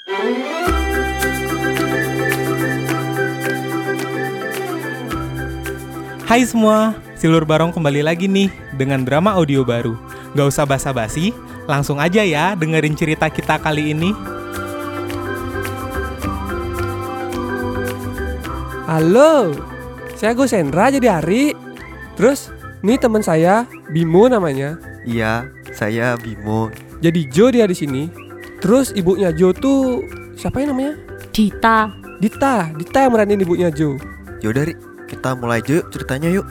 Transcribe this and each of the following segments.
Hai semua, Silur Barong kembali lagi nih dengan drama audio baru. Gak usah basa-basi, langsung aja ya dengerin cerita kita kali ini. Halo, saya Gus Hendra jadi Ari. Terus, nih teman saya, Bimo namanya. Iya, saya Bimo. Jadi Jo dia di sini. Terus ibunya Jo tuh siapa ya namanya? Dita. Dita yang meranin ibunya Jo. Yaudah, Ri, kita mulai aja yuk ceritanya yuk.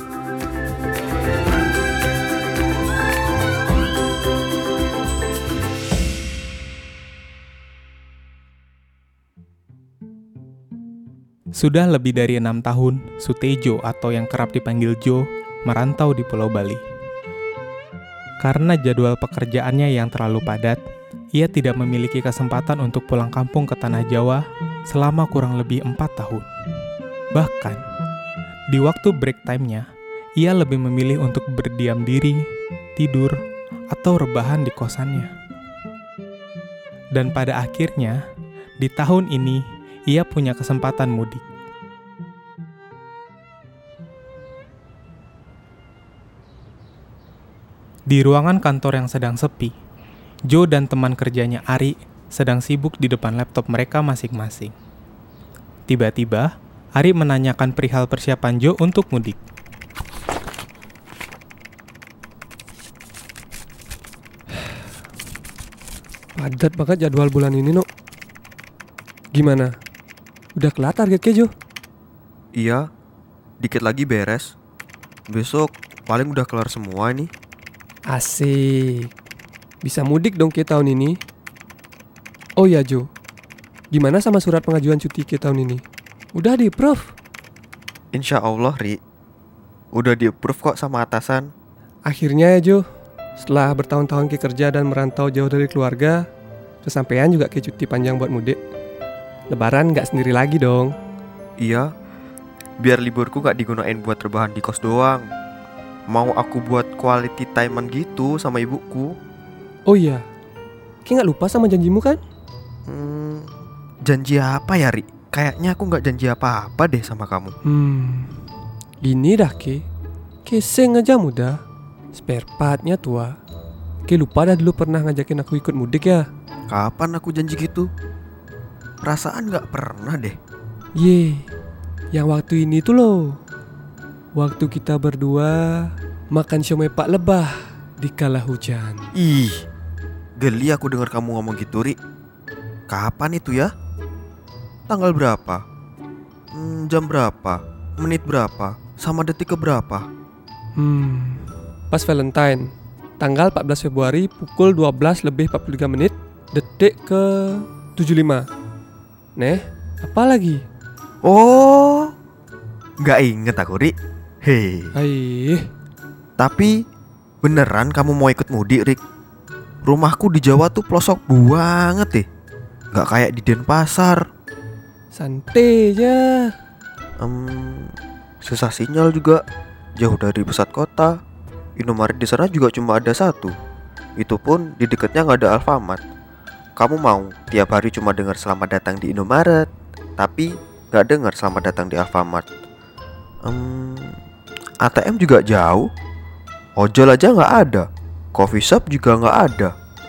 Sudah lebih dari 6 tahun, Sutejo atau yang kerap dipanggil Jo, merantau di Pulau Bali. Karena jadwal pekerjaannya yang terlalu padat, ia tidak memiliki kesempatan untuk pulang kampung ke Tanah Jawa selama kurang lebih 4 tahun. Bahkan, di waktu break time-nya, ia lebih memilih untuk berdiam diri, tidur, atau rebahan di kosannya. Dan pada akhirnya, di tahun ini, ia punya kesempatan mudik. Di ruangan kantor yang sedang sepi, Jo dan teman kerjanya Ari sedang sibuk di depan laptop mereka masing-masing. Tiba-tiba, Ari menanyakan perihal persiapan Jo untuk mudik. Padat banget jadwal bulan ini, No. Gimana? Udah kelar targetnya, Jo? Iya, dikit lagi beres. Besok paling udah kelar semua nih. Asik. Bisa mudik dong ke tahun ini. Oh ya Jo, gimana sama surat pengajuan cuti ke tahun ini? Udah di-approve? Insya Allah, Ri. Udah di-approve kok sama atasan. Akhirnya ya Jo, setelah bertahun-tahun ke kerja dan merantau jauh dari keluarga, kesampaian juga ke cuti panjang buat mudik. Lebaran gak sendiri lagi dong. Iya, biar liburku gak digunain buat rebahan di kos doang. Mau aku buat quality time-an gitu sama ibuku. Oh iya, Ki gak lupa sama janjimu kan? Janji apa ya, Ri? Kayaknya aku gak janji apa-apa deh sama kamu. Gini dah Ki, casing aja mudah, spare part-nya tua. Ki lupa dah dulu pernah ngajakin aku ikut mudik ya. Kapan aku janji gitu? Perasaan gak pernah deh. Yang waktu ini tuh loh. Waktu kita berdua makan siomay Pak Lebah di kala hujan. Ih, geli aku dengar kamu ngomong gitu, Ri. Kapan itu ya? Tanggal berapa? Jam berapa? Menit berapa? Sama detik keberapa? Pas Valentine, tanggal 14 Februari pukul 12:43, detik ke 75. Neh, apa lagi? Oh, gak inget aku, Ri. Hei. Tapi beneran kamu mau ikut mudik, Rik? Rumahku di Jawa tuh pelosok banget deh. Gak kayak di Denpasar. Santai aja. Susah sinyal juga. Jauh dari pusat kota. Indomaret di sana juga cuma ada satu. Itu pun di dekatnya gak ada Alfamart. Kamu mau tiap hari cuma dengar selamat datang di Indomaret, tapi gak dengar selamat datang di Alfamart. ATM juga jauh. Ojol aja gak ada. Coffee shop juga gak ada.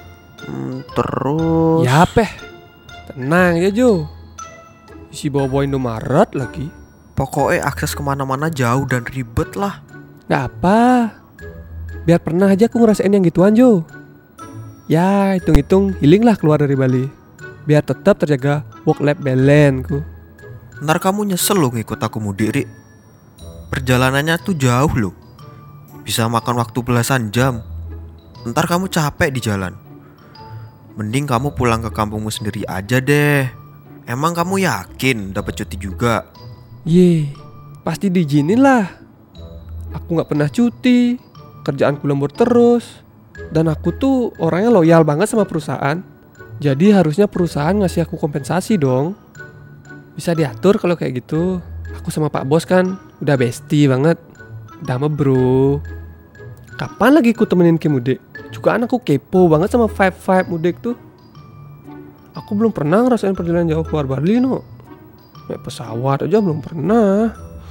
Terus Ya peh, tenang ya Jo. Isi bawa-bawa Indomaret lagi. pokoknya akses kemana-mana jauh dan ribet lah. Gak apa, biar pernah aja aku ngerasain yang gituan Jo. Ya hitung-hitung healing lah keluar dari Bali. Biar tetap terjaga work-life balance ku. Ntar kamu nyesel loh ngikut aku mudik, Ri. Perjalanannya tuh jauh loh. Bisa makan waktu belasan jam. Ntar kamu capek di jalan. Mending kamu pulang ke kampungmu sendiri aja deh. Emang kamu yakin dapat cuti juga? Pasti diizinin lah. Aku gak pernah cuti, kerjaanku lembur terus. Dan aku tuh orangnya loyal banget sama perusahaan. Jadi harusnya perusahaan ngasih aku kompensasi dong. Bisa diatur kalau kayak gitu. Aku sama Pak Bos kan udah bestie banget. Udah mah bro. Kapan lagi ku temenin ke mudik? Juga anakku kepo banget sama vibe-vibe mudik tuh. Aku belum pernah ngerasain perjalanan jauh keluar Bali no. Naik pesawat aja belum pernah.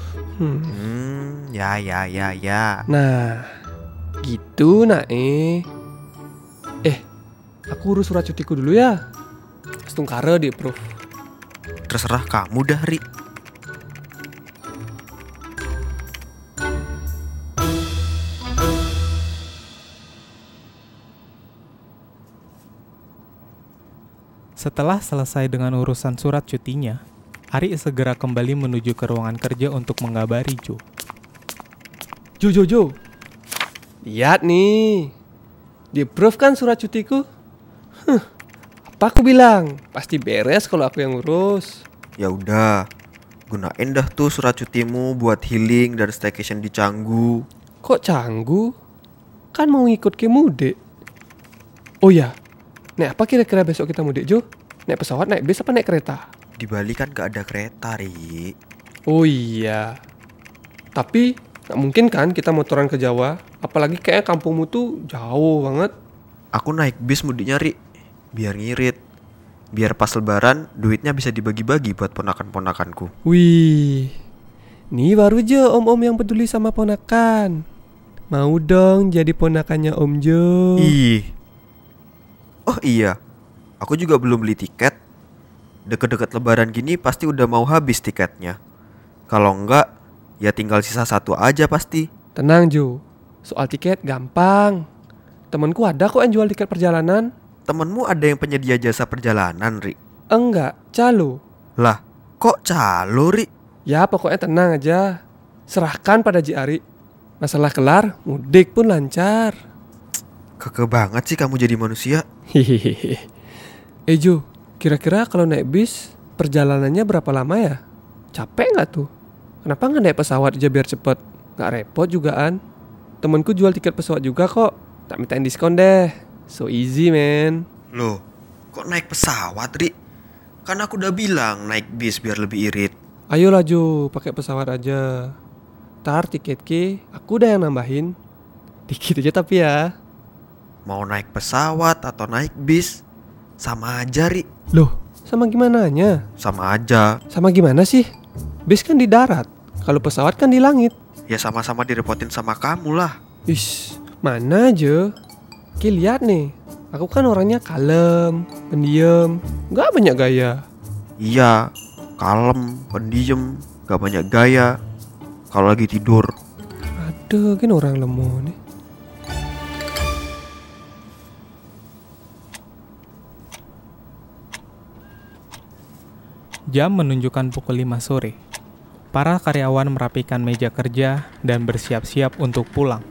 Ya. Nah, gitu nak aku urus surat cutiku dulu ya. Setungkara di approve. Terserah kamu dah, Ri. Setelah selesai dengan urusan surat cutinya, Ari segera kembali menuju ke ruangan kerja untuk mengabari Jo. Jo. Lihat nih. Di-approve kan surat cutiku? Apa aku bilang? Pasti beres kalau aku yang ngurus. Ya udah, gunain dah tuh surat cutimu buat healing dan staycation di Canggu. Kok Canggu? Kan mau ngikut ke mudik. Oh ya, naik apa kira-kira besok kita mudik Jo? Naik pesawat, naik bis apa naik kereta? Di Bali kan gak ada kereta, Ri. Oh iya. Tapi gak mungkin kan kita motoran ke Jawa. Apalagi kayaknya kampungmu tuh jauh banget. Aku naik bis mudiknya, Ri. Biar ngirit. Biar pas lebaran duitnya bisa dibagi-bagi buat ponakan-ponakanku. Wih, nih baru aja om-om yang peduli sama ponakan. Mau dong jadi ponakannya Om Jo. Ih. Oh iya, aku juga belum beli tiket. Deket-deket lebaran gini pasti udah mau habis tiketnya. Kalau enggak, ya tinggal sisa satu aja pasti. Tenang Jo, soal tiket gampang. Temanku ada kok yang jual tiket perjalanan. Temenmu ada yang penyedia jasa perjalanan, Ri? Enggak, calo. Lah, kok calo, Ri? Ya pokoknya tenang aja. Serahkan pada Ji Ari. Masalah kelar, mudik pun lancar. Keke banget sih kamu jadi manusia. Hehehe. Jo, kira-kira kalau naik bis perjalanannya berapa lama ya? Capek nggak tuh? Kenapa nggak naik pesawat aja biar cepet? Nggak repot jugaan. Temenku jual tiket pesawat juga kok. Tak mintain diskon deh. So easy man. Loh, kok naik pesawat, Ri? Kan aku udah bilang naik bis biar lebih irit. Ayolah Jo, pakai pesawat aja. Tar tiket ke, aku udah yang nambahin. Dikit aja tapi ya. Mau naik pesawat atau naik bis, sama aja, Ri. Loh, sama gimananya? Sama aja. Sama gimana sih? Bis kan di darat, kalau pesawat kan di langit. Ya sama-sama direpotin sama kamu lah. Ish, mana aja? Ki lihat nih, aku kan orangnya kalem, pendiam, gak banyak gaya. Iya, kalem, pendiam, gak banyak gaya. Kalau lagi tidur. Aduh, kan orang lemah nih. Jam menunjukkan pukul 5 sore. Para karyawan merapikan meja kerja dan bersiap-siap untuk pulang.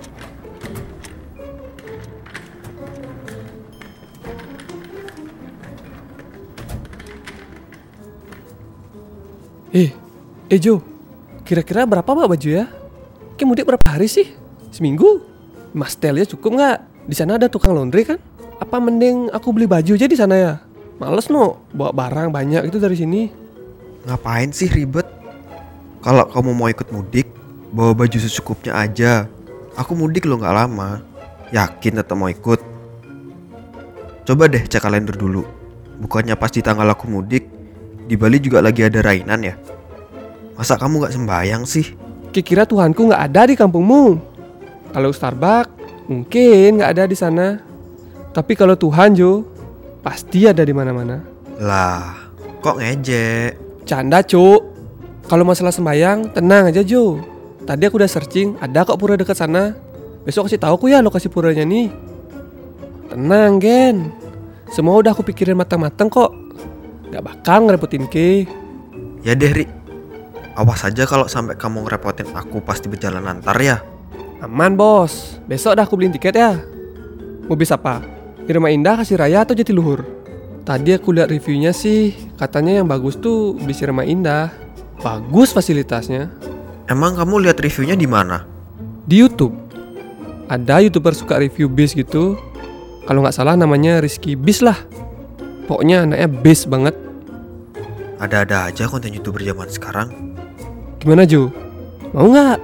Jo, kira-kira berapa baju ya? Kayak mudik berapa hari sih? Seminggu? Mas telnya cukup nggak? Di sana ada tukang laundry kan? Apa mending aku beli baju aja di sana ya? Males no, bawa barang banyak itu dari sini. Ngapain sih ribet? Kalau kamu mau ikut mudik, bawa baju secukupnya aja. Aku mudik lo gak lama. Yakin tetap mau ikut? Coba deh cek kalender dulu. Bukannya pas di tanggal aku mudik, di Bali juga lagi ada rainan ya? Masa kamu gak sembayang sih? Kira Tuhanku nggak ada di kampungmu. Kalau Starbucks mungkin nggak ada di sana. Tapi kalau Tuhan Jo, pasti ada di mana-mana. Lah, kok ngejek? Canda Cuk. Kalau masalah sembayang, tenang aja Jo. Tadi aku udah searching, ada kok pura dekat sana. Besok kasih tahu aku ya lokasi puranya nih. Tenang Gen. Semua udah aku pikirin matang-matang kok. Gak bakal ngerepotin ke. Ya deh Ri, awas aja kalau sampai kamu ngerepotin aku pas di perjalanan ntar ya. Aman bos, besok dah aku beliin tiket ya. Mau bis apa? Di Rumah Indah, Kasih Raya atau Jatiluhur? Tadi aku lihat reviewnya sih, katanya yang bagus tuh bis Rumah Indah. Bagus fasilitasnya. Emang kamu lihat reviewnya di mana? Di YouTube. Ada YouTuber suka review bis gitu. Kalau nggak salah namanya Rizky Bis lah. Pokoknya anaknya bis banget. Ada-ada aja konten YouTuber zaman sekarang. Gimana Jo? Mau nggak?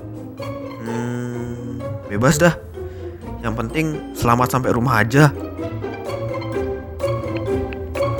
Bebas dah. Yang penting selamat sampai rumah aja.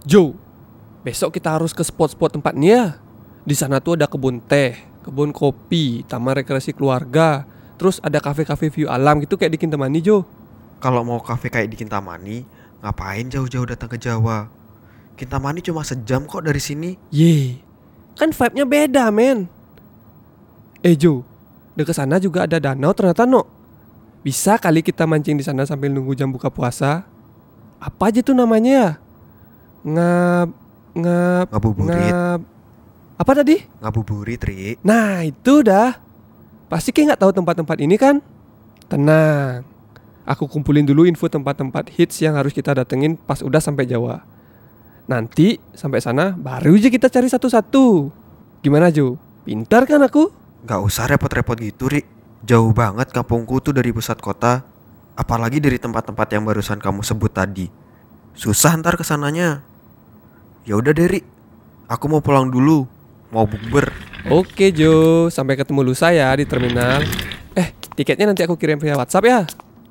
Jo, besok kita harus ke spot-spot tempatnya. Di sana tuh ada kebun teh, kebun kopi, taman rekreasi keluarga, terus ada kafe-kafe view alam gitu kayak di Kintamani, Jo. Kalau mau kafe kayak di Kintamani, ngapain jauh-jauh datang ke Jawa? Kintamani cuma sejam kok dari sini. Ye, kan vibe-nya beda, men. Jo, dekat sana juga ada danau ternyata, no. Bisa kali kita mancing di sana sambil nunggu jam buka puasa. Apa aja tuh namanya ya? Ngabuburit. Apa tadi? Ngabuburit, Ri. Nah, itu dah. Pasti kayak nggak tahu tempat-tempat ini kan? Tenang. Aku kumpulin dulu info tempat-tempat hits yang harus kita datengin pas udah sampai Jawa. Nanti sampai sana baru aja kita cari satu-satu. Gimana, Jo? Pintar kan aku? Gak usah repot-repot gitu, Ri. Jauh banget kampungku tuh dari pusat kota. Apalagi dari tempat-tempat yang barusan kamu sebut tadi. Susah ntar kesananya. Ya udah deh, Ri. Aku mau pulang dulu. Mau bukber. Oke, Jo. Sampai ketemu lusa ya di terminal. Tiketnya nanti aku kirim via WhatsApp ya.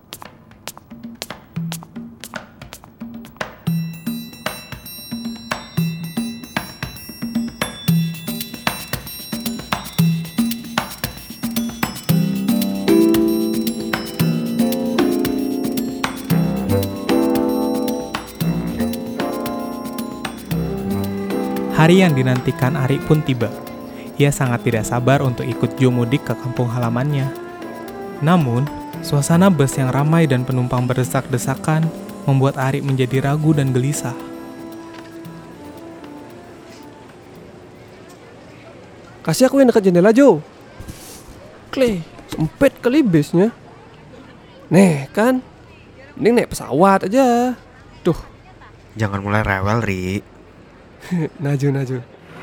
Hari yang dinantikan Ari pun tiba. Ia sangat tidak sabar untuk ikut Jo mudik ke kampung halamannya. Namun, suasana bus yang ramai dan penumpang berdesak-desakan membuat Ari menjadi ragu dan gelisah. Kasih aku yang dekat jendela, Jo. Sempit kali busnya. Nih kan, mending naik pesawat aja. Tuh, Jangan mulai rewel, Ri. Naju.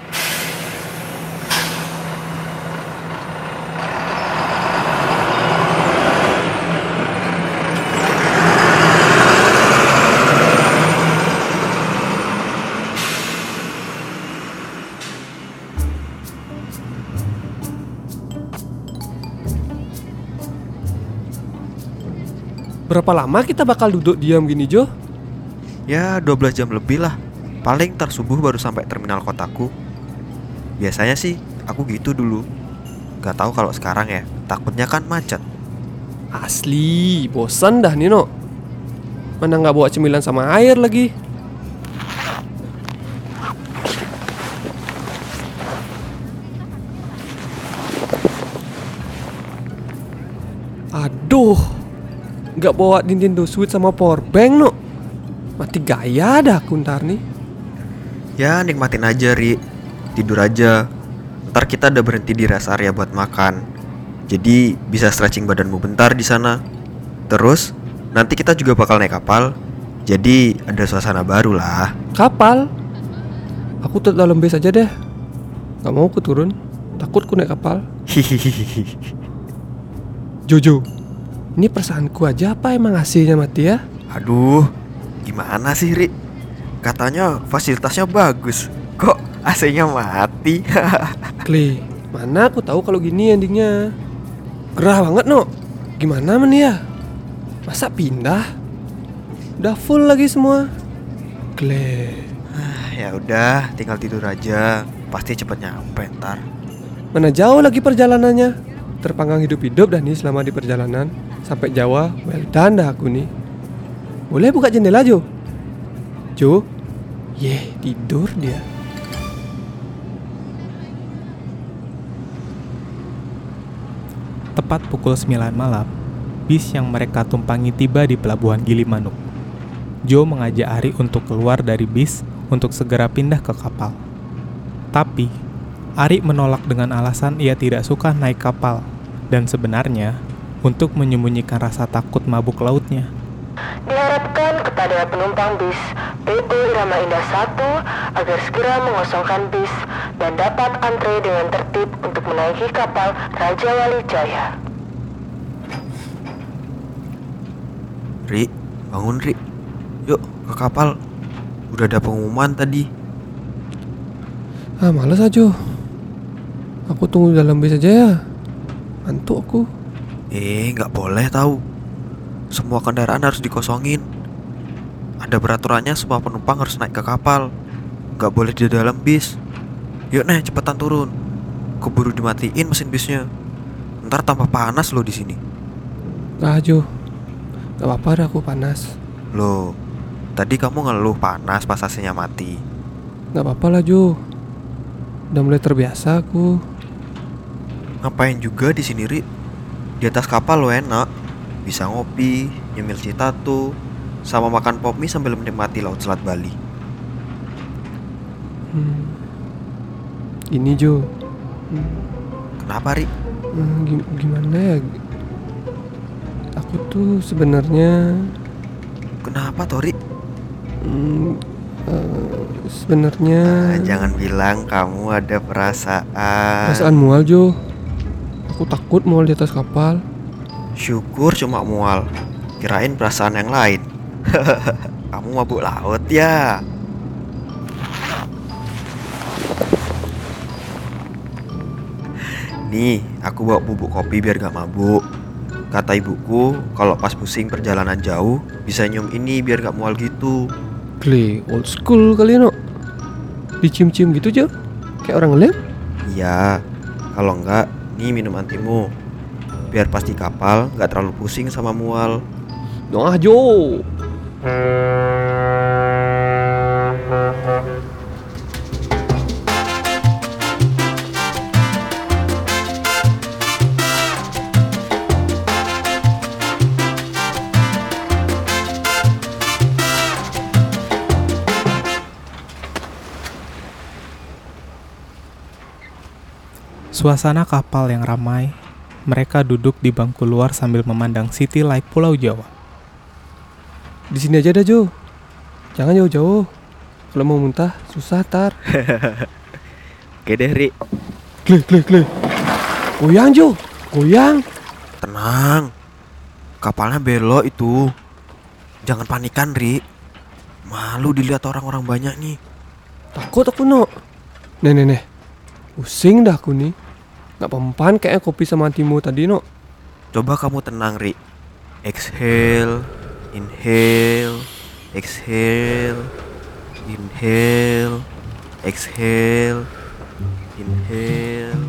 Berapa lama kita bakal duduk diam gini, Jo? Ya 12 jam lebih lah. Paling ntar subuh baru sampai terminal kotaku. Biasanya sih aku gitu dulu. Gak tahu kalau sekarang ya. Takutnya kan macet. Asli, bosan dah nih, no. Mana nggak bawa cemilan sama air lagi. Aduh, nggak bawa Nintendo Switch sama powerbank, no. Mati gaya dah aku ntar nih. Ya nikmatin aja, Ri. Tidur aja. Ntar kita udah berhenti di rest area buat makan. Jadi bisa stretching badanmu bentar di sana. Terus nanti kita juga bakal naik kapal. Jadi ada suasana baru lah. Kapal? Aku tetap dalam base aja deh. Gak mau aku turun. Takut ku naik kapal. Hihihi. Jojo, ini perasaanku aja apa emang hasilnya mati ya? Aduh, gimana sih, Ri? Katanya fasilitasnya bagus. Kok AC-nya mati? Clay, mana aku tahu kalau gini endingnya. Gerah banget, no. Gimana men ya? Masa pindah? Udah full lagi semua. Clay, Ya udah, tinggal tidur aja. Pasti cepet nyampe ntar. mana jauh lagi perjalanannya. Terpanggang hidup-hidup dah nih selama di perjalanan. Sampai Jawa, well done dah aku nih. Boleh buka jendela, Jo? Jo? Tidur dia. Tepat pukul 9 malam, bis yang mereka tumpangi tiba di pelabuhan Gilimanuk. Jo mengajak Ari untuk keluar dari bis untuk segera pindah ke kapal. Tapi, Ari menolak dengan alasan ia tidak suka naik kapal dan sebenarnya untuk menyembunyikan rasa takut mabuk lautnya. Diharapkan kepada penumpang bis PT Irama Indah 1 agar segera mengosongkan bis dan dapat antre dengan tertib untuk menaiki kapal Raja Wali Jaya. Ri, bangun, Ri. Yuk ke kapal. Udah ada pengumuman tadi. Males aja. Aku tunggu dalam bis aja ya. Ngantuk aku. Gak boleh tahu. Semua kendaraan harus dikosongin. Ada peraturannya semua penumpang harus naik ke kapal. Gak boleh di dalam bis. Yuk Nek, cepetan turun. Keburu dimatiin mesin bisnya. Ntar tambah panas loh di sini. Ah Jo, gak apa-apa dah aku panas. Loh, tadi kamu ngeluh panas pas AC-nya mati. Gak apa-apa lah Jo, udah mulai terbiasa aku. Ngapain juga di sini, Ri? Di atas kapal lo enak. Bisa ngopi, nyemil citatu, sama makan pop mie sambil menikmati laut Selat Bali. Ini Jo, Kenapa, Ri? gimana ya? Aku tuh sebenarnya Kenapa, Tori? sebenarnya Jangan bilang kamu ada perasaan. perasaan mual Jo. Aku takut mual di atas kapal. Syukur cuma mual. Kirain perasaan yang lain. Kamu mabuk laut ya? Nih, aku bawa bubuk kopi biar gak mabuk. Kata ibuku, kalau pas pusing perjalanan jauh, bisa nyium ini biar gak mual gitu. Kli, old school kali no. Dicium-cium gitu Jo, kayak orang lem. Iya, kalau enggak, nih minum antimu. Biar pas di kapal gak terlalu pusing sama mual. Nah Jo. Suasana kapal yang ramai. Mereka duduk di bangku luar sambil memandang city like Pulau Jawa. Di sini aja dah Jo. Jangan jauh-jauh. Kalau mau muntah susah tar. Oke deh, Ri. Kli. Goyang Jo, goyang. Tenang. Kapalnya belok itu. Jangan panikan, Ri. Malu dilihat orang-orang banyak nih. Takut aku no. Nih. Pusing dah aku nih. Gak mempan kayaknya kopi sama antimu tadi no. Coba kamu tenang, Ri. Exhale, inhale, exhale, inhale, exhale, inhale.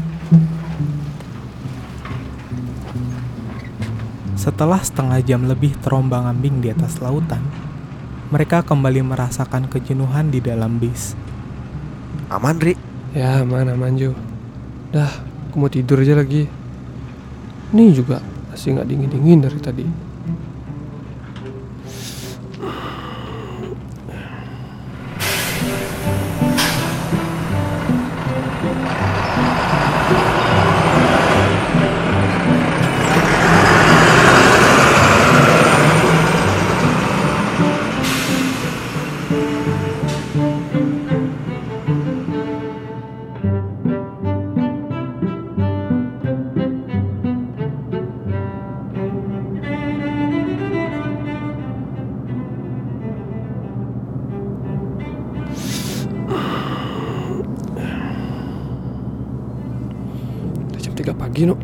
Setelah setengah jam lebih terombang-ambing di atas lautan, mereka kembali merasakan kejenuhan di dalam bis. Aman, Ri. Ya aman Jo. Dah, aku mau tidur aja lagi. Nih juga masih gak dingin-dingin dari tadi. Udah jam 3 pagi no.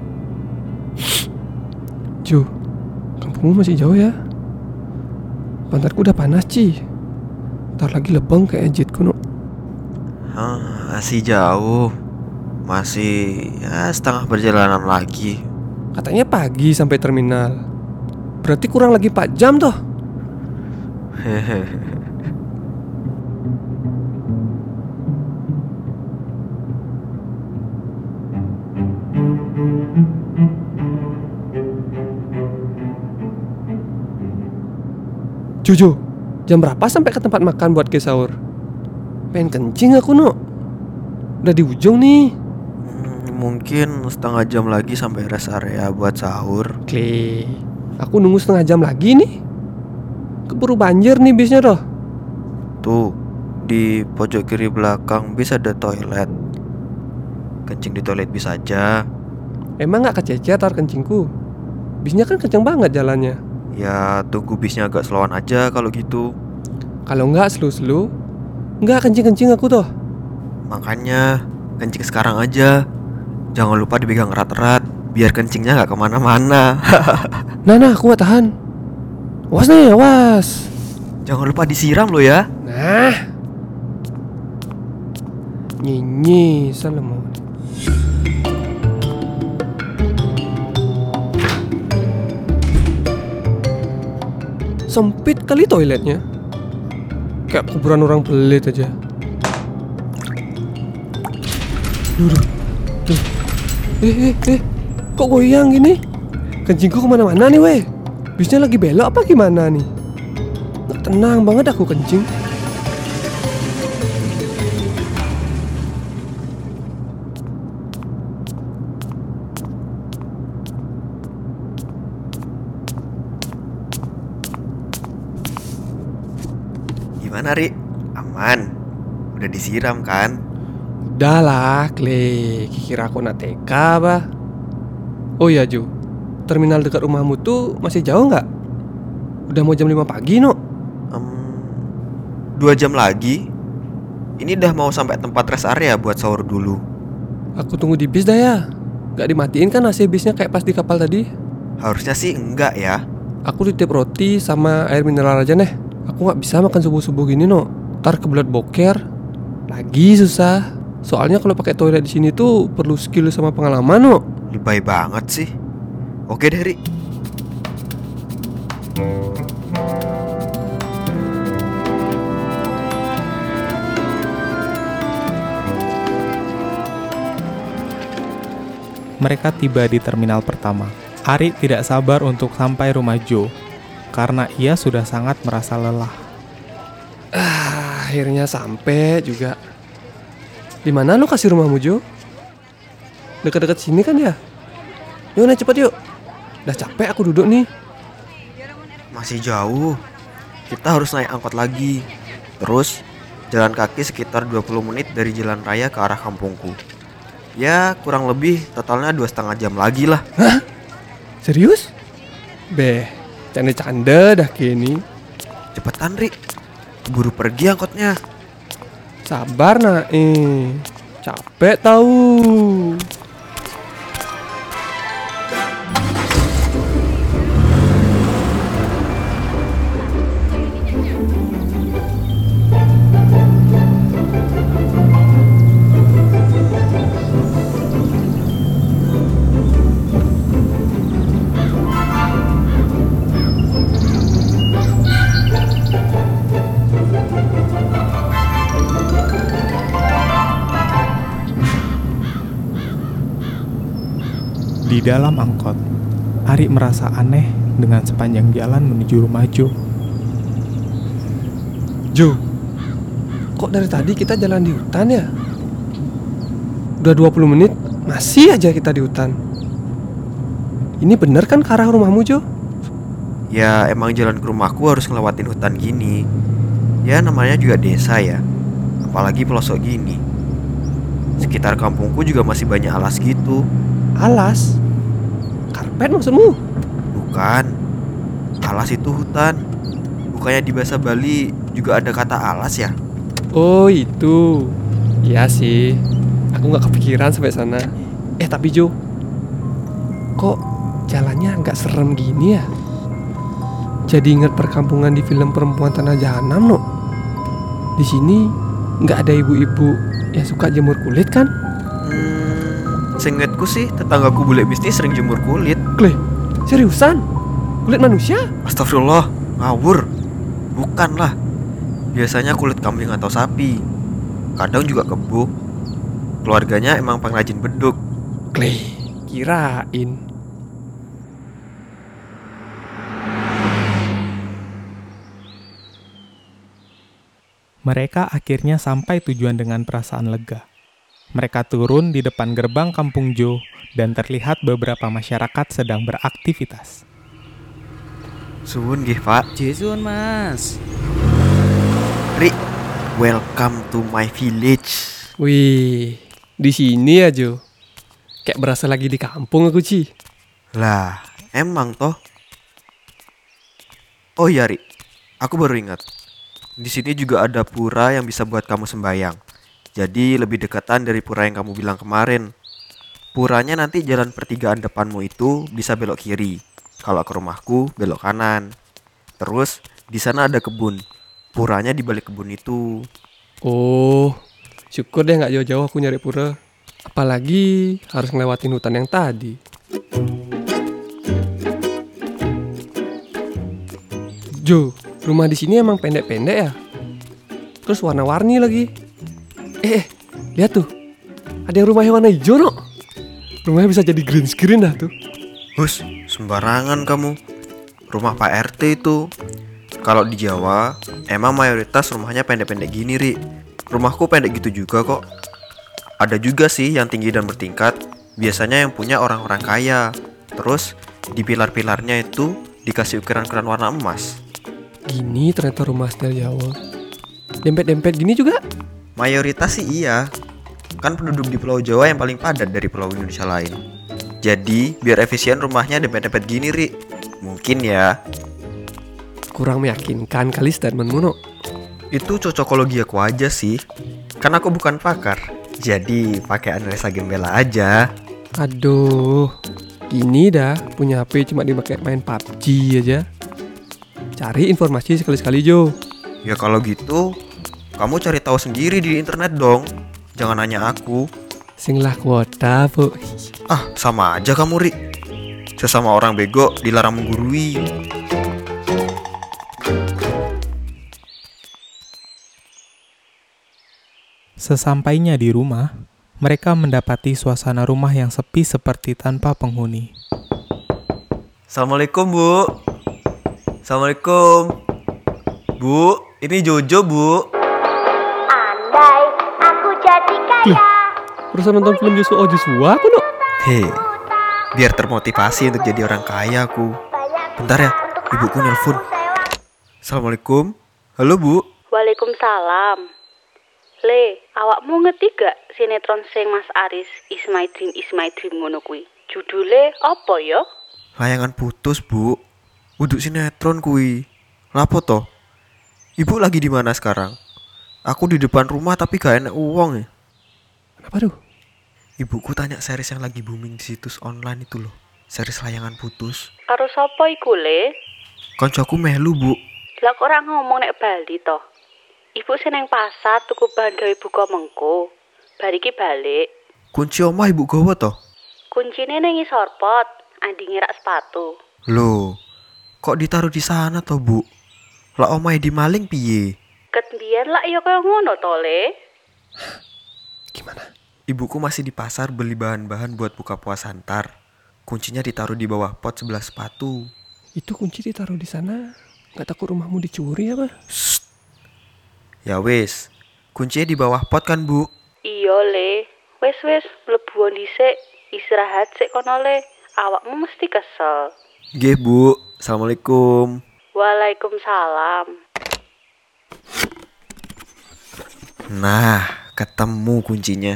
Jo, kampungmu masih jauh ya? Pantatku udah panas Ci. Ntar lagi lebeng kayak jitku no. Masih jauh. Masih setengah perjalanan lagi. Katanya pagi sampai terminal. Berarti kurang lagi 4 jam toh. Jojo, jam berapa sampai ke tempat makan buat ke sahur? Pengen kencing aku no. Udah di ujung nih. Mungkin setengah jam lagi sampai rest area buat sahur. Kli, aku nunggu setengah jam lagi nih. Keburu banjir nih bisnya toh. Tuh, di pojok kiri belakang bis ada toilet. Kencing di toilet bis aja. Emang gak kececer tar kencingku? Bisnya kan kenceng banget jalannya. Ya tunggu bisnya agak slowan aja kalau gitu. Kalau nggak slow-slow, nggak kencing-kencing aku tuh. Makanya kencing sekarang aja. Jangan lupa dipegang erat-erat biar kencingnya nggak kemana-mana. Nah, aku nggak tahan. Awas nih, awas. Jangan lupa disiram lo ya. Nah, nyinyi mau. Sempit kali toiletnya. Kayak kuburan orang pelit aja. Duh. Kok goyang gini? Kencingku kemana-mana nih weh. Bisnya lagi belok apa gimana nih? Nggak tenang banget aku kencing. Gimana Ri? Aman? Udah disiram kan? Udah lah, Kle. Kira aku nak TK bah. Oh iya Jo, terminal dekat rumahmu tuh masih jauh nggak? Udah mau jam 5 pagi no. 2 jam lagi. Ini udah mau sampai tempat rest area buat sahur dulu. Aku tunggu di bis dah ya. Gak dimatiin kan AC bisnya kayak pas di kapal tadi? Harusnya sih enggak ya. Aku titip roti sama air mineral aja neh. Aku nggak bisa makan subuh-subuh gini no. Ntar kebelet boker. Lagi susah. Soalnya kalau pakai toilet di sini tuh perlu skill sama pengalaman no. Lebay banget sih. Oke deh Ri. Mereka tiba di terminal pertama. Ari tidak sabar untuk sampai rumah Joe, karena ia sudah sangat merasa lelah. Akhirnya sampai juga. Di mana lu kasih rumahmu Jo? Dekat-dekat sini kan ya? Yuk naik cepet yuk. Udah capek aku duduk nih. Masih jauh. Kita harus naik angkot lagi. Terus jalan kaki sekitar 20 menit dari jalan raya ke arah kampungku. Ya kurang lebih totalnya 2,5 jam lagi lah. Hah? Serius? Beh, canda-canda dah kini. Cepetan Ri, keburu pergi angkotnya. Sabar capek tahu. Di dalam angkot, Ari merasa aneh dengan sepanjang jalan menuju rumah Joe. Jo, kok dari tadi kita jalan di hutan ya? Udah 20 menit, masih aja kita di hutan. Ini bener kan ke arah rumahmu Jo? Ya emang jalan ke rumahku harus ngelewatin hutan gini. Ya namanya juga desa ya. Apalagi pelosok gini. Sekitar kampungku juga masih banyak alas gitu. Alas? Karpet maksudmu? Bukan. Alas itu hutan. Bukannya di bahasa Bali juga ada kata alas ya? Oh itu. Iya sih. Aku gak kepikiran sampai sana. Tapi Jo, kok jalannya agak serem gini ya? Jadi ingat perkampungan di film Perempuan Tanah Jahanam no. Di sini nggak ada ibu-ibu yang suka jemur kulit kan? Seingatku sih tetanggaku bule bisnis sering jemur kulit. Kle, seriusan? Kulit manusia? Astagfirullah, ngawur. Bukan lah. Biasanya kulit kambing atau sapi. Kadang juga kebo. Keluarganya emang pengrajin beduk. Kle, kirain. Mereka akhirnya sampai tujuan dengan perasaan lega. Mereka turun di depan gerbang kampung Joe dan terlihat beberapa masyarakat sedang beraktivitas. Suwun nggih, Pak. Jesun mas. Ri, welcome to my village. Wih, di sini ya Jo. Kayak berasa lagi di kampung aku Ci. Lah, emang toh. Oh iya Ri, aku baru ingat. Di sini juga ada pura yang bisa buat kamu sembayang. Jadi lebih dekatan dari pura yang kamu bilang kemarin. Puranya nanti jalan pertigaan depanmu itu bisa belok kiri. Kalau ke rumahku belok kanan. Terus di sana ada kebun. Puranya di balik kebun itu. Oh, syukur deh nggak jauh-jauh aku nyari pura. Apalagi harus ngelewatin hutan yang tadi. Jo, rumah di sini emang pendek-pendek ya? Terus warna-warni lagi. Lihat tuh. Ada yang rumahnya warna hijau, no? Rumahnya bisa jadi green screen dah tuh. Hus, sembarangan kamu. Rumah Pak RT itu. Kalau di Jawa, emang mayoritas rumahnya pendek-pendek gini, Ri. Rumahku pendek gitu juga kok. Ada juga sih yang tinggi dan bertingkat. Biasanya yang punya orang-orang kaya. Terus, di pilar-pilarnya itu dikasih ukiran-ukiran warna emas. Gini ternyata rumah style Jawa. Dempet-dempet gini juga. Mayoritas sih iya. Kan penduduk di Pulau Jawa yang paling padat dari pulau Indonesia lain. Jadi, biar efisien rumahnya dempet-dempet gini, Ri. Mungkin ya. Kurang meyakinkan kali statementmu, no? Itu cocokologi aku aja sih. Kan aku bukan pakar. Jadi, pakai analisa gembela aja. Aduh, gini dah punya HP cuma dipakai main PUBG aja. Cari informasi sekali-sekali, Jo. Ya kalau gitu, kamu cari tahu sendiri di internet dong. Jangan nanya aku. Singlah kuota, Bu. Ah, sama aja kamu, Ri. Sesama orang bego dilarang menggurui. Sesampainya di rumah, mereka mendapati suasana rumah yang sepi seperti tanpa penghuni. Assalamualaikum, Bu. Assalamualaikum. Bu, ini Jojo, Bu. Andai aku jadi kaya. Terus nonton film Joshua aku, no? Hei, biar termotivasi untuk jadi orang kaya aku. Bentar ya, ibuku nelpon. Assalamualaikum. Halo, Bu. Waalaikumsalam. Le, awakmu ngerti gak sinetron sing Mas Aris Is My Dream ngono kuwi? Judule apa ya? Layangan putus, Bu. Uduk sinetron kuwi. Lapo toh? Ibu lagi di mana sekarang? Aku di depan rumah tapi gak enak uang ya. Kenapa tuh? Ibuku tanya series yang lagi booming di situs online itu loh. Series layangan putus. Karo sapa iku, Le? Koncoku melu, Bu. Lah kok ora ngomong nek Bali toh? Ibu sing nang pasar tuku bahan gawe buka mengko. Bar iki balik. Kunci omah ibu gawa toh? Kuncine ning ngisor pot, andinge rak sepatu. Loh, kok ditaruh di sana toh, Bu? Lah omahe dimaling piye? Ket mbiyen lak ya kaya ngono to, Le. Gimana? Ibuku masih di pasar beli bahan-bahan buat buka puasa ntar. Kuncinya ditaruh di bawah pot sebelah sepatu. Itu kunci ditaruh di sana. Gak takut rumahmu dicuri apa? Ya wis, kuncinya di bawah pot kan, Bu? Iya, Le. Wis mlebu dhisik, istirahat sik kono, Le. Awakmu mesti kesel. Nggih, Bu. Assalamualaikum. Waalaikumsalam. Nah, ketemu kuncinya.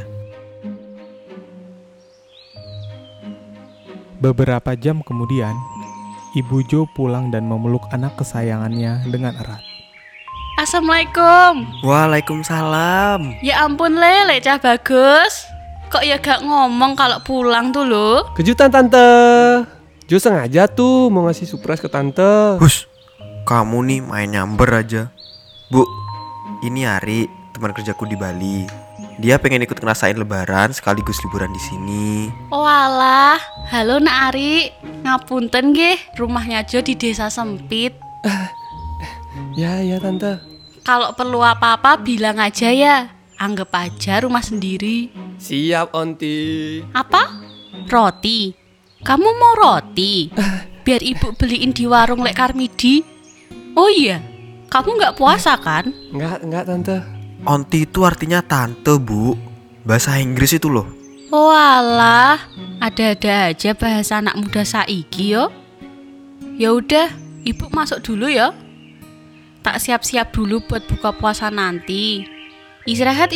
Beberapa jam kemudian, Ibu Jo pulang dan memeluk anak kesayangannya dengan erat. Assalamualaikum. Waalaikumsalam. Ya ampun, Le, cah bagus. Kok ya gak ngomong kalau pulang tuh, lo? Kejutan, Tante. Jo sengaja tuh mau ngasih surprise ke Tante. Hus, kamu nih main nyamber aja. Bu, ini Ari, teman kerjaku di Bali. Dia pengen ikut ngerasain lebaran sekaligus liburan di sini. Oh alah, halo Nak Ari. Ngapunten nggih, rumahnya Jo di desa sempit. Ya, Tante. Kalau perlu apa-apa bilang aja ya. Anggap aja rumah sendiri. Siap, Onti. Apa? Roti? Kamu mau roti? Biar ibu beliin di warung Lek Karmidi. Oh iya, kamu nggak puasa kan? Enggak, Tante. Onti itu artinya tante, Bu. Bahasa Inggris itu loh. Oh alah, ada-ada aja bahasa anak muda saiki yo. Ya udah, ibu masuk dulu ya. Tak siap-siap dulu buat buka puasa nanti. Istirahat.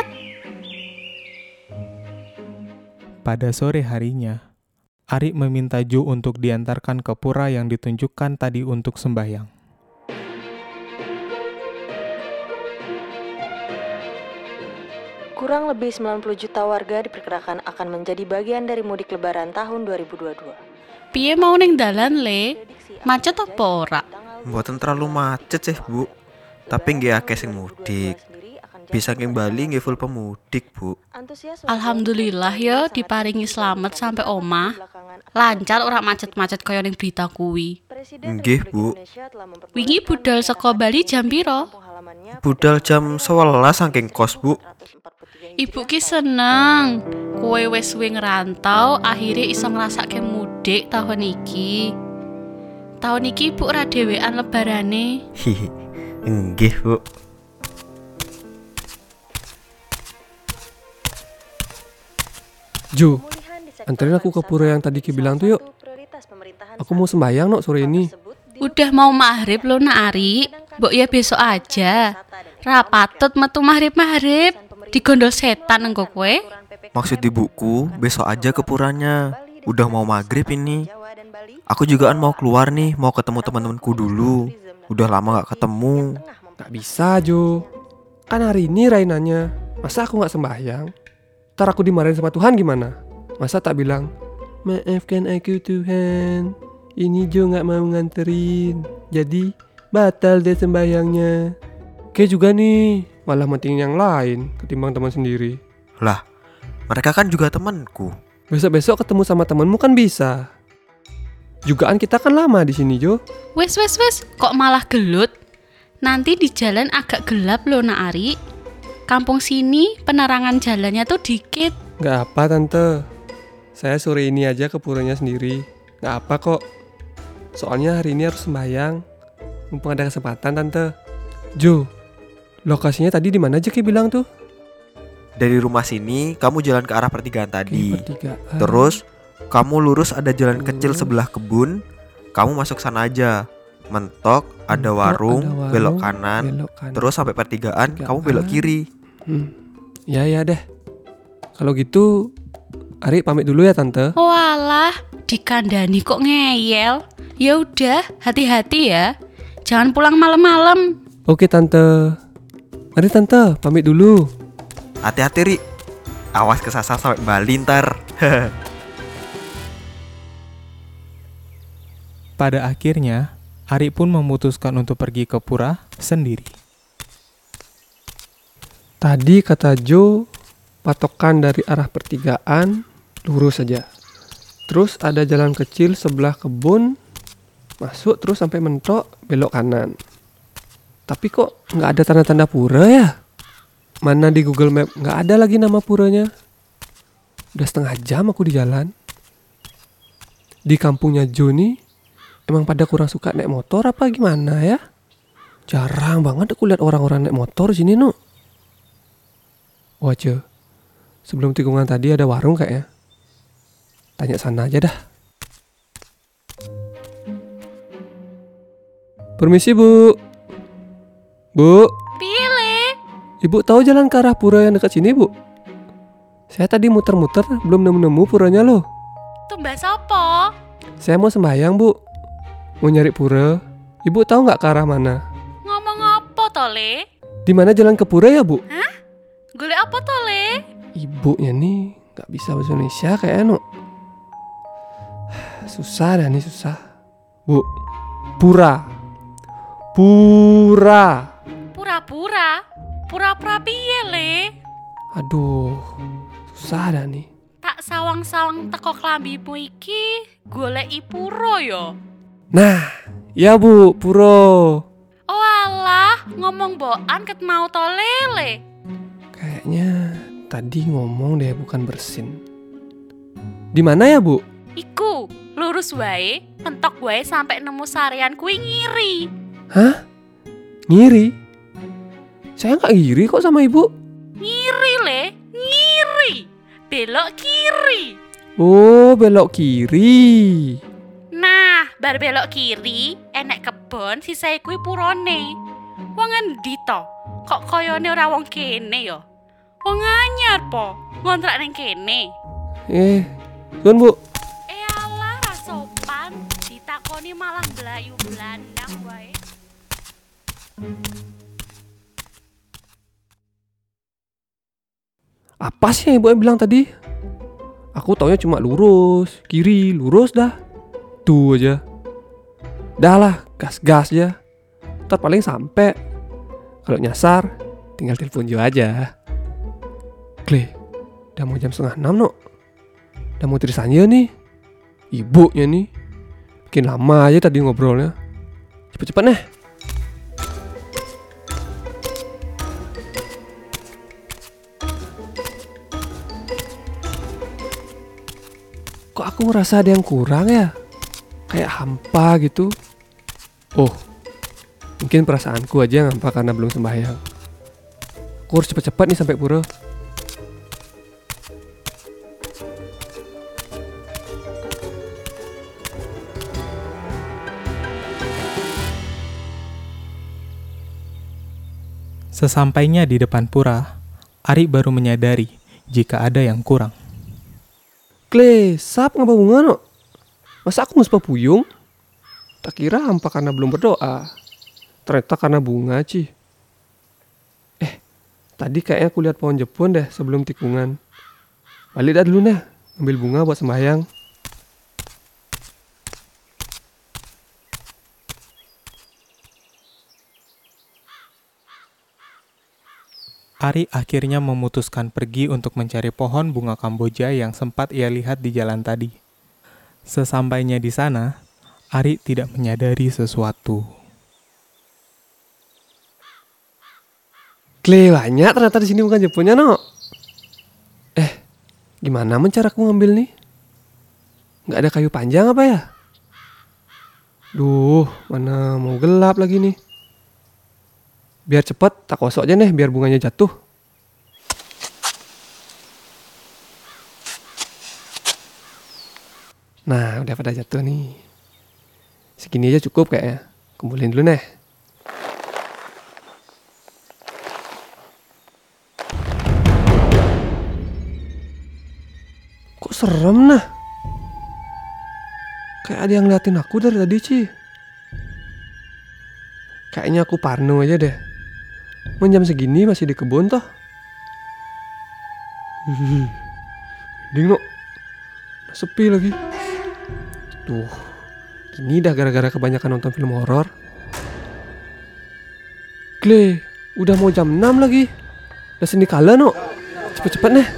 Pada sore harinya, Ari meminta Jo untuk diantarkan ke pura yang ditunjukkan tadi untuk sembahyang. Kurang lebih 90 juta warga diperkirakan akan menjadi bagian dari mudik lebaran tahun 2022. Piye mau ning dalan, Le? Macet apa ora? Mboten terlalu macet sih, Bu. Tapi nggih akeh sing mudik. Bisa saking Bali nggih full pemudik, Bu. Alhamdulillah ya diparingi selamat sampai omah. Lancar ora macet-macet kaya ning berita kuwi. Nggih, Bu. Wingi budal saka Bali jam piro? Budal jam 11 saking kos, Bu. Ibu ki seneng. Kowe wis suwe ngerantau, akhirnya iso ngrasake mudik tahun iki. Tahun iki ibu ora dhewean lebarane. Hihi. Nggih, Bu. Jo, anterin aku ke pura yang tadi Ki bilang tuh yuk. Aku mau sembahyang nok sore ini. Udah mau maghrib lo nak Ari. Mbok ya besok aja. Ra patut metu maghrib-maghrib. Digondol setan engko kowe. Maksud ibuku, besok aja ke puranya. Udah mau maghrib ini. Aku juga mau keluar nih, mau ketemu teman-temanku dulu. Udah lama gak ketemu. Gak bisa Jo. Kan hari ini Rainanya. Masa aku gak sembahyang? Ntar aku dimarahin sama Tuhan gimana? Masa tak bilang, maafkan aku Tuhan, ini Jo gak mau nganterin, jadi batal deh sembahyangnya. Oke juga nih, malah mentingin yang lain ketimbang teman sendiri. Lah, mereka kan juga temanku. Besok-besok ketemu sama temanmu kan bisa. Jugaan kita kan lama di sini Jo. Wes, kok malah gelut? Nanti di jalan agak gelap loh nak Ari. Kampung sini penerangan jalannya tuh dikit. Gak apa tante, saya sore ini aja ke puranya sendiri. Gak apa kok. Soalnya hari ini harus sembahyang. Mumpung ada kesempatan tante. Jo, lokasinya tadi di mana aja Ki bilang tuh? Dari rumah sini, kamu jalan ke arah pertigaan tadi. Pertigaan. Terus, kamu lurus ada jalan kecil sebelah kebun. Kamu masuk sana aja. Mentok, ada warung, belok kanan. Terus sampai pertigaan, kamu belok kiri. Ya deh. Kalau gitu, Ari pamit dulu ya tante. Walah, dikandani kok ngeyel. Ya udah, hati-hati ya. Jangan pulang malam-malam. Oke tante. Mari tante, pamit dulu. Hati-hati, Ri. Awas kesasar sampai Bali ntar. Pada akhirnya, Ari pun memutuskan untuk pergi ke pura sendiri. Tadi kata Jo, patokan dari arah pertigaan lurus saja. Terus ada jalan kecil sebelah kebun, masuk terus sampai mentok belok kanan. Tapi kok nggak ada tanda-tanda pura ya? Mana di Google Map nggak ada lagi nama puranya. Udah setengah jam aku di jalan. Di kampungnya Jo nih, emang pada kurang suka naik motor apa gimana ya? Jarang banget aku lihat orang-orang naik motor di sini no. Wah Jo, sebelum tikungan tadi ada warung kayaknya. Tanya sana aja dah. Permisi Bu. Bu, Pilih. Ibu tahu jalan ke arah pura yang dekat sini Bu? Saya tadi muter-muter belum nemu-nemu puranya loh. Tumbas sopo? Saya mau sembahyang Bu. Mau nyari pura. Ibu tahu nggak ke arah mana? Ngomong apa tole? Di mana jalan ke pura ya Bu? Golek apa tole? Ibunya nih nggak bisa bahasa Indonesia kayaknya no. Susah dah nih susah. Bu, pura. Pura-pura? Pura-pura piye le? Aduh, susah dah nih. Tak sawang-sawang teko klambimu iki goleki pura yo. Nah, ya Bu, puro. Oh alah, ngomong boan ket mau to lele. Kayaknya tadi ngomong deh bukan bersin. Di mana ya Bu? Iku, lurus wae, mentok wae sampai nemu sarean kuwi ngiri. Hah? Ngiri? Saya nggak ngiri kok sama Ibu. Ngiri le, ngiri. Belok kiri. Oh, belok kiri. Nah, bar belok kiri, enek kebon sisae kuwi purone. Wong endi to? Kok koyone ora wong kene ya? Wong anyar po, ngontrak ning kene. Suwun Bu. Alah, ra sopan, ditakoni malah blayu blandang wae. Apa sih yang Ibu bilang tadi? Aku taunya cuma lurus, kiri, lurus dah. Tuh aja. Dah lah, gas-gas aja. Ntar paling sampai. Kalau nyasar, tinggal telepon Jo aja. Kle, udah mau jam 5:30 no. Udah mau tidur saja nih. Ibunya nih, bikin lama aja tadi ngobrolnya. Cepet-cepet nih. Kok aku ngerasa ada yang kurang ya? Kayak hampa gitu. Oh, mungkin perasaanku aja yang hampa karena belum sembahyang. Aku harus cepet-cepet nih sampai pura. Sesampainya di depan pura, Ari baru menyadari jika ada yang kurang. Kle, sap ngapa bunga no? Masa aku ngespa puyung? Tak kira hampa karena belum berdoa. Ternyata karena bunga, Ci. Tadi kayaknya aku lihat pohon Jepun deh sebelum tikungan. Balik dah dulu nih, ambil bunga buat sembahyang. Ari akhirnya memutuskan pergi untuk mencari pohon bunga Kamboja yang sempat ia lihat di jalan tadi. Sesampainya di sana, Ari tidak menyadari sesuatu. Kle, banyak ternyata di sini bukan Jepunnya no. Gimana caraku ngambil nih? Nggak ada kayu panjang apa ya? Duh, mana mau gelap lagi nih. Biar cepet, tak kosok aja nih biar bunganya jatuh. Nah, udah pada jatuh nih. Segini aja cukup kayaknya. Kumpulin dulu nih. Kok serem nah? Kayak ada yang ngeliatin aku dari tadi, Ci. Kayaknya aku parno aja deh. Jam segini masih di kebun toh. Ding no. Sepi lagi. Tuh. Gini dah gara-gara kebanyakan nonton film horor. Kle, udah mau jam 6 lagi. Udah seni kala no. Cepet-cepet nih.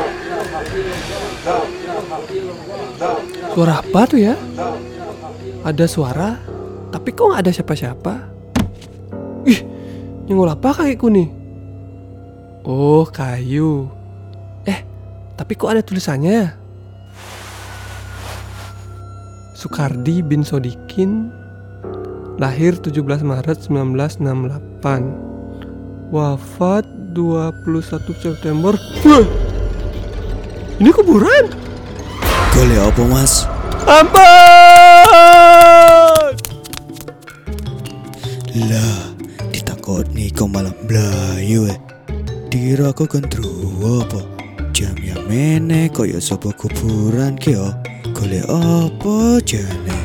Suara apa tuh ya? Ada suara, tapi kok gak ada siapa-siapa? Ih, nyenggol apa kakiku nih? Oh, kayu. Tapi kok ada tulisannya ya? Sukardi bin Sodikin, lahir 17 Maret 1968, wafat 21 September. Ini kuburan? Golek apa, Mas? Ampun! Lah, ditakoni kok malah mlayu Dikira aku gendruwo apa? Jam yang meneh kaya sapa kuburan ki yo. Golek apa jane?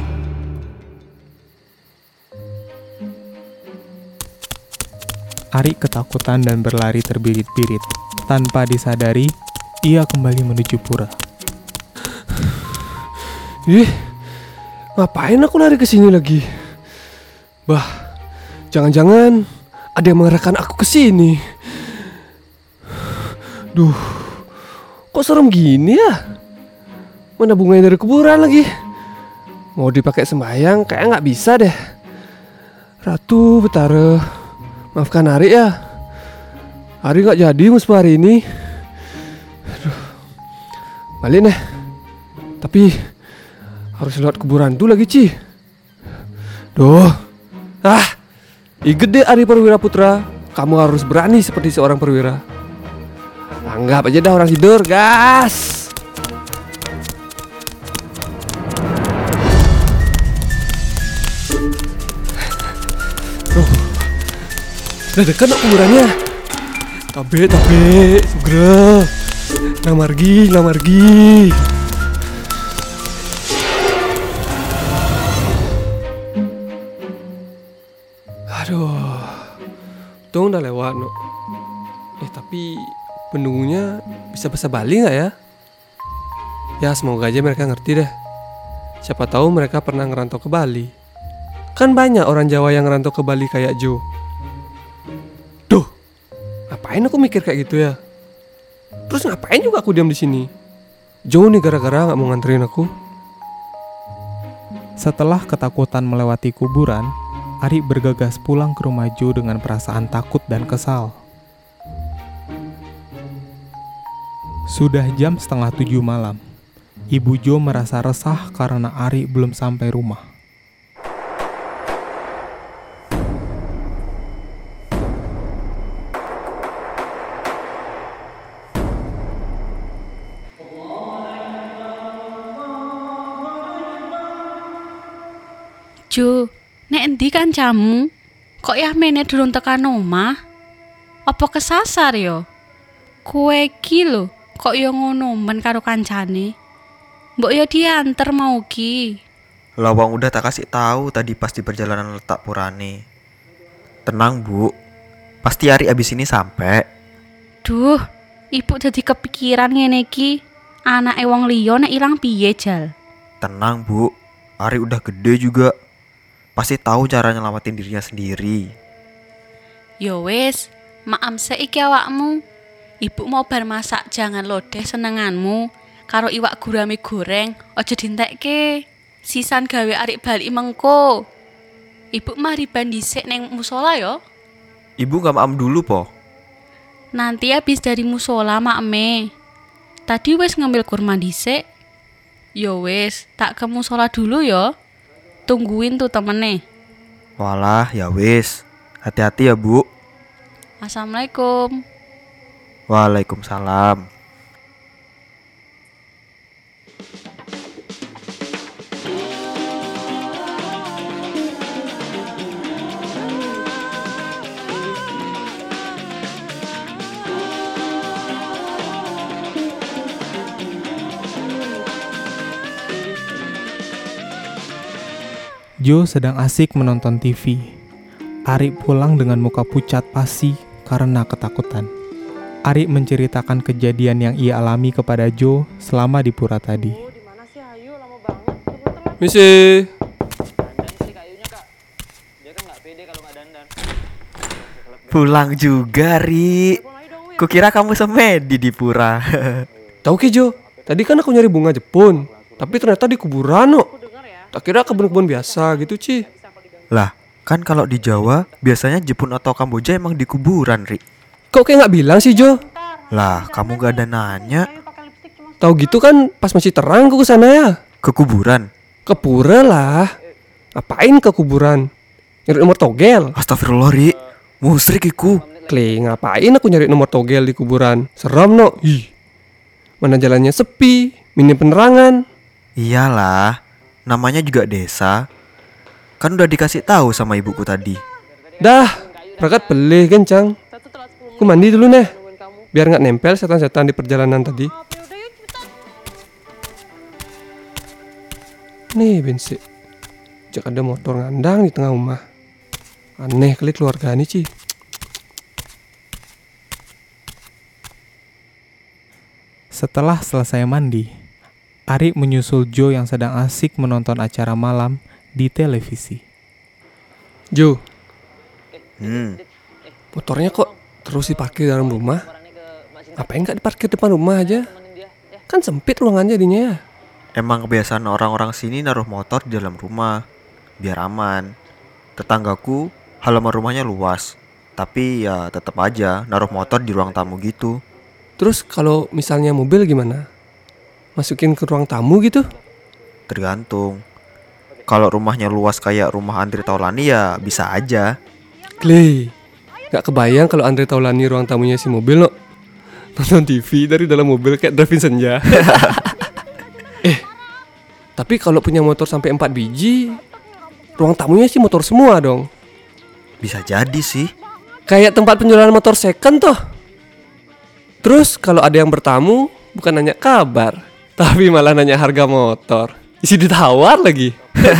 Ari ketakutan dan berlari terbirit-birit. Tanpa disadari, ia kembali menuju pura. Ih, ngapain aku lari ke sini lagi? Bah, jangan-jangan ada yang mengarahkan aku ke sini. Duh, kok serem gini ya? Mana bunganya dari kuburan lagi? Mau dipakai sembahyang kayak nggak bisa deh. Ratu Betara, maafkan Ari ya. Ari nggak jadi musbah hari ini. Aduh, balik nih. Tapi harus lewat kuburan tuh lagi, Ci. Duh. Inget deh Ari Perwira Putra, kamu harus berani seperti seorang perwira. Anggap aja dah orang tidur, gas. Udah dekat no kuburannya. Tabe, segera. Ngamargi. Aduh, untung udah lewat no. Tapi penunggunya bisa bahasa Bali nggak ya? Ya semoga aja mereka ngerti deh. Siapa tahu mereka pernah ngerantau ke Bali. Kan banyak orang Jawa yang ngerantau ke Bali kayak Jo. Ngapain aku mikir kayak gitu ya? Terus ngapain juga aku diam di sini? Jo nih gara-gara nggak mau nganterin aku. Setelah ketakutan melewati kuburan, Ari bergegas pulang ke rumah Jo dengan perasaan takut dan kesal. Sudah jam 6:30 malam. Ibu Jo merasa resah karena Ari belum sampai rumah. Jo, nek endi kancamu? Kok ya mene durung tekan omah? Apa kesasar yo? Kowe iki lho, kok yo ngono men karo kancane? Mbok yo dianter mau ki. Lawang udah tak kasih tahu tadi pas di perjalanan letak purane. Tenang Bu, pasti Ari abis ini sampai. Duh, ibu jadi kepikiran ngene iki. Anake wong liya nek ilang piye jal? Tenang Bu, Ari udah gede juga. Pasti tahu cara nyelamatin dirinya sendiri. Yo wis, maam seiki awakmu. Ibu mau bar masak jangan lodeh senenganmu. Karo iwak gurame goreng, aja dientekke. Sisan gawe arik balik mengko. Ibu mari bandisik neng musola yo. Ibu gak maam dulu po? Nanti habis dari musola makme. Tadi wis ngambil kurma dhisik. Yo wis, tak ke musola dulu yo. Tungguin tuh temene. Walah ya wis. Hati-hati ya Bu. Assalamualaikum. Waalaikumsalam. Jo sedang asik menonton TV. Ari pulang dengan muka pucat pasi karena ketakutan. Ari menceritakan kejadian yang ia alami kepada Jo selama di pura tadi. Misi. Pulang juga Ri. Kukira kamu semedi di pura. Tahu ki Jo, tadi kan aku nyari bunga Jepun, tapi ternyata di kuburan no. Tak kira kebun-kebun biasa gitu Ci. Lah, kan kalau di Jawa biasanya Jepun atau Kamboja emang di kuburan Ri. Kok kayak nggak bilang sih Jo? Lah, kamu gak ada nanya. Tahu gitu kan pas masih terang aku kesana ya. Ke kuburan? Ke pura lah. Ngapain ke kuburan? Nyari nomor togel. Astagfirullah Ri. Musrik iku. Kle, ngapain aku nyari nomor togel di kuburan? Seram no. Ih. Mana jalannya sepi, minim penerangan. Iyalah, namanya juga desa. Kan udah dikasih tahu sama ibuku tadi. Dah, berangkat beli kencang. Aku mandi dulu nih, biar nggak nempel setan-setan di perjalanan tadi. Nih bensin. Jak ada motor ngandang di tengah rumah. Aneh kali keluarga ini Ci. Setelah selesai mandi, Ari menyusul Jo yang sedang asik menonton acara malam di televisi. Jo, Hmm, motornya kok terus diparkir dalam rumah? Ngapain nggak diparkir depan rumah aja? Kan sempit ruangannya jadinya ya. emang kebiasaan orang-orang sini naruh motor di dalam rumah biar aman. Tetanggaku halaman rumahnya luas, tapi ya tetap aja naruh motor di ruang tamu gitu. Terus kalau misalnya mobil gimana? Masukin ke ruang tamu gitu? Tergantung. Kalau rumahnya luas kayak rumah Andri Taulani ya bisa aja. Clay, gak kebayang kalau Andre Taulani ruang tamunya si mobil no. Nonton TV dari dalam mobil kayak driving senja. Tapi kalau punya motor sampai 4 biji, ruang tamunya sih motor semua dong. Bisa jadi sih. Kayak tempat penjualan motor second tuh. Terus kalau ada yang bertamu, bukan nanya kabar, tapi malah nanya harga motor. Isi ditawar lagi.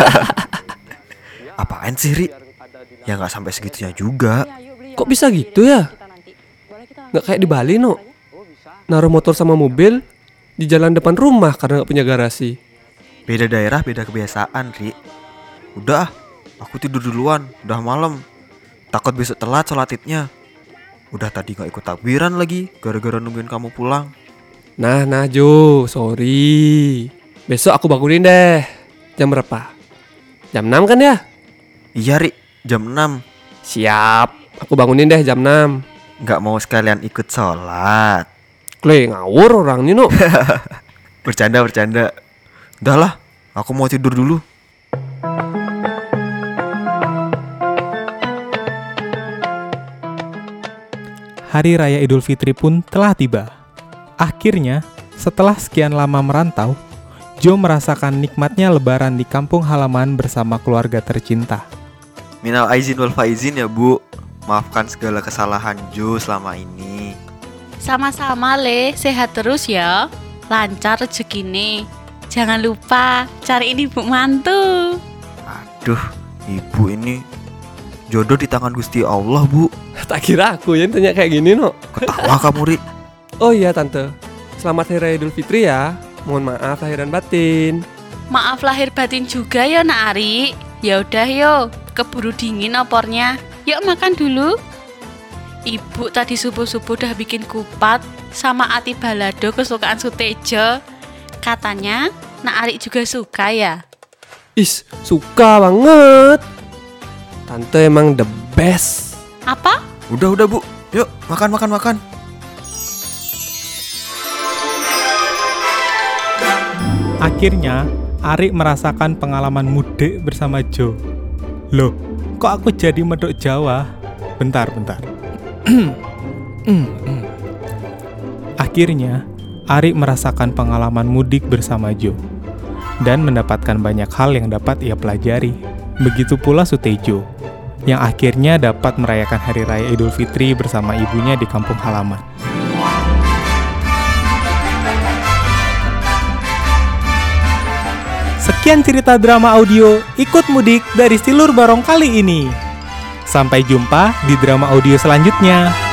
Apaan sih Ri? Ya gak sampai segitunya juga. Kok bisa gitu ya? Gak kayak di Bali no. Naruh motor sama mobil di jalan depan rumah karena gak punya garasi. Beda daerah beda kebiasaan Ri. Udah, aku tidur duluan. Udah malam. Takut besok telat sholat idnya. Udah tadi gak ikut takbiran lagi gara-gara nungguin kamu pulang. Nah Jo, sorry. Besok aku bangunin deh. Jam berapa? Jam 6 kan ya? Iya Ri, jam 6. Siap, aku bangunin deh jam 6. Gak mau sekalian ikut sholat? Kle, ngawur orang ini no. Bercanda. Udah lah, aku mau tidur dulu. Hari Raya Idul Fitri pun telah tiba. Akhirnya, setelah sekian lama merantau, Jo merasakan nikmatnya lebaran di kampung halaman bersama keluarga tercinta. Minal aizin wal faizin ya Bu. Maafkan segala kesalahan Jo selama ini. Sama-sama Le, sehat terus ya. Lancar rezekine. Jangan lupa cariin ibu mantu. Aduh, ibu ini jodoh di tangan Gusti Allah Bu. Tak kira aku yang tanya kayak gini no. Ketawa kamu Ri. Oh iya tante, selamat Hari Raya Idul Fitri ya. Mohon maaf lahir dan batin. Maaf lahir batin juga ya Nak Ari. Ya udah yo, keburu dingin opornya. Yuk makan dulu. Ibu tadi subuh-subuh udah bikin kupat sama ati balado kesukaan Sutejo. Katanya Nak Ari juga suka ya. Is, suka banget. Tante emang the best. Apa? Udah Bu. Yuk, makan. Akhirnya, Ari merasakan pengalaman mudik bersama Jo. Loh, kok aku jadi medok Jawa? Bentar. Akhirnya, Ari merasakan pengalaman mudik bersama Jo dan mendapatkan banyak hal yang dapat ia pelajari. Begitu pula Sutejo, yang akhirnya dapat merayakan Hari Raya Idul Fitri bersama ibunya di kampung halaman. Sekian cerita drama audio Ikut Mudik dari Silur Barong kali ini. Sampai jumpa di drama audio selanjutnya.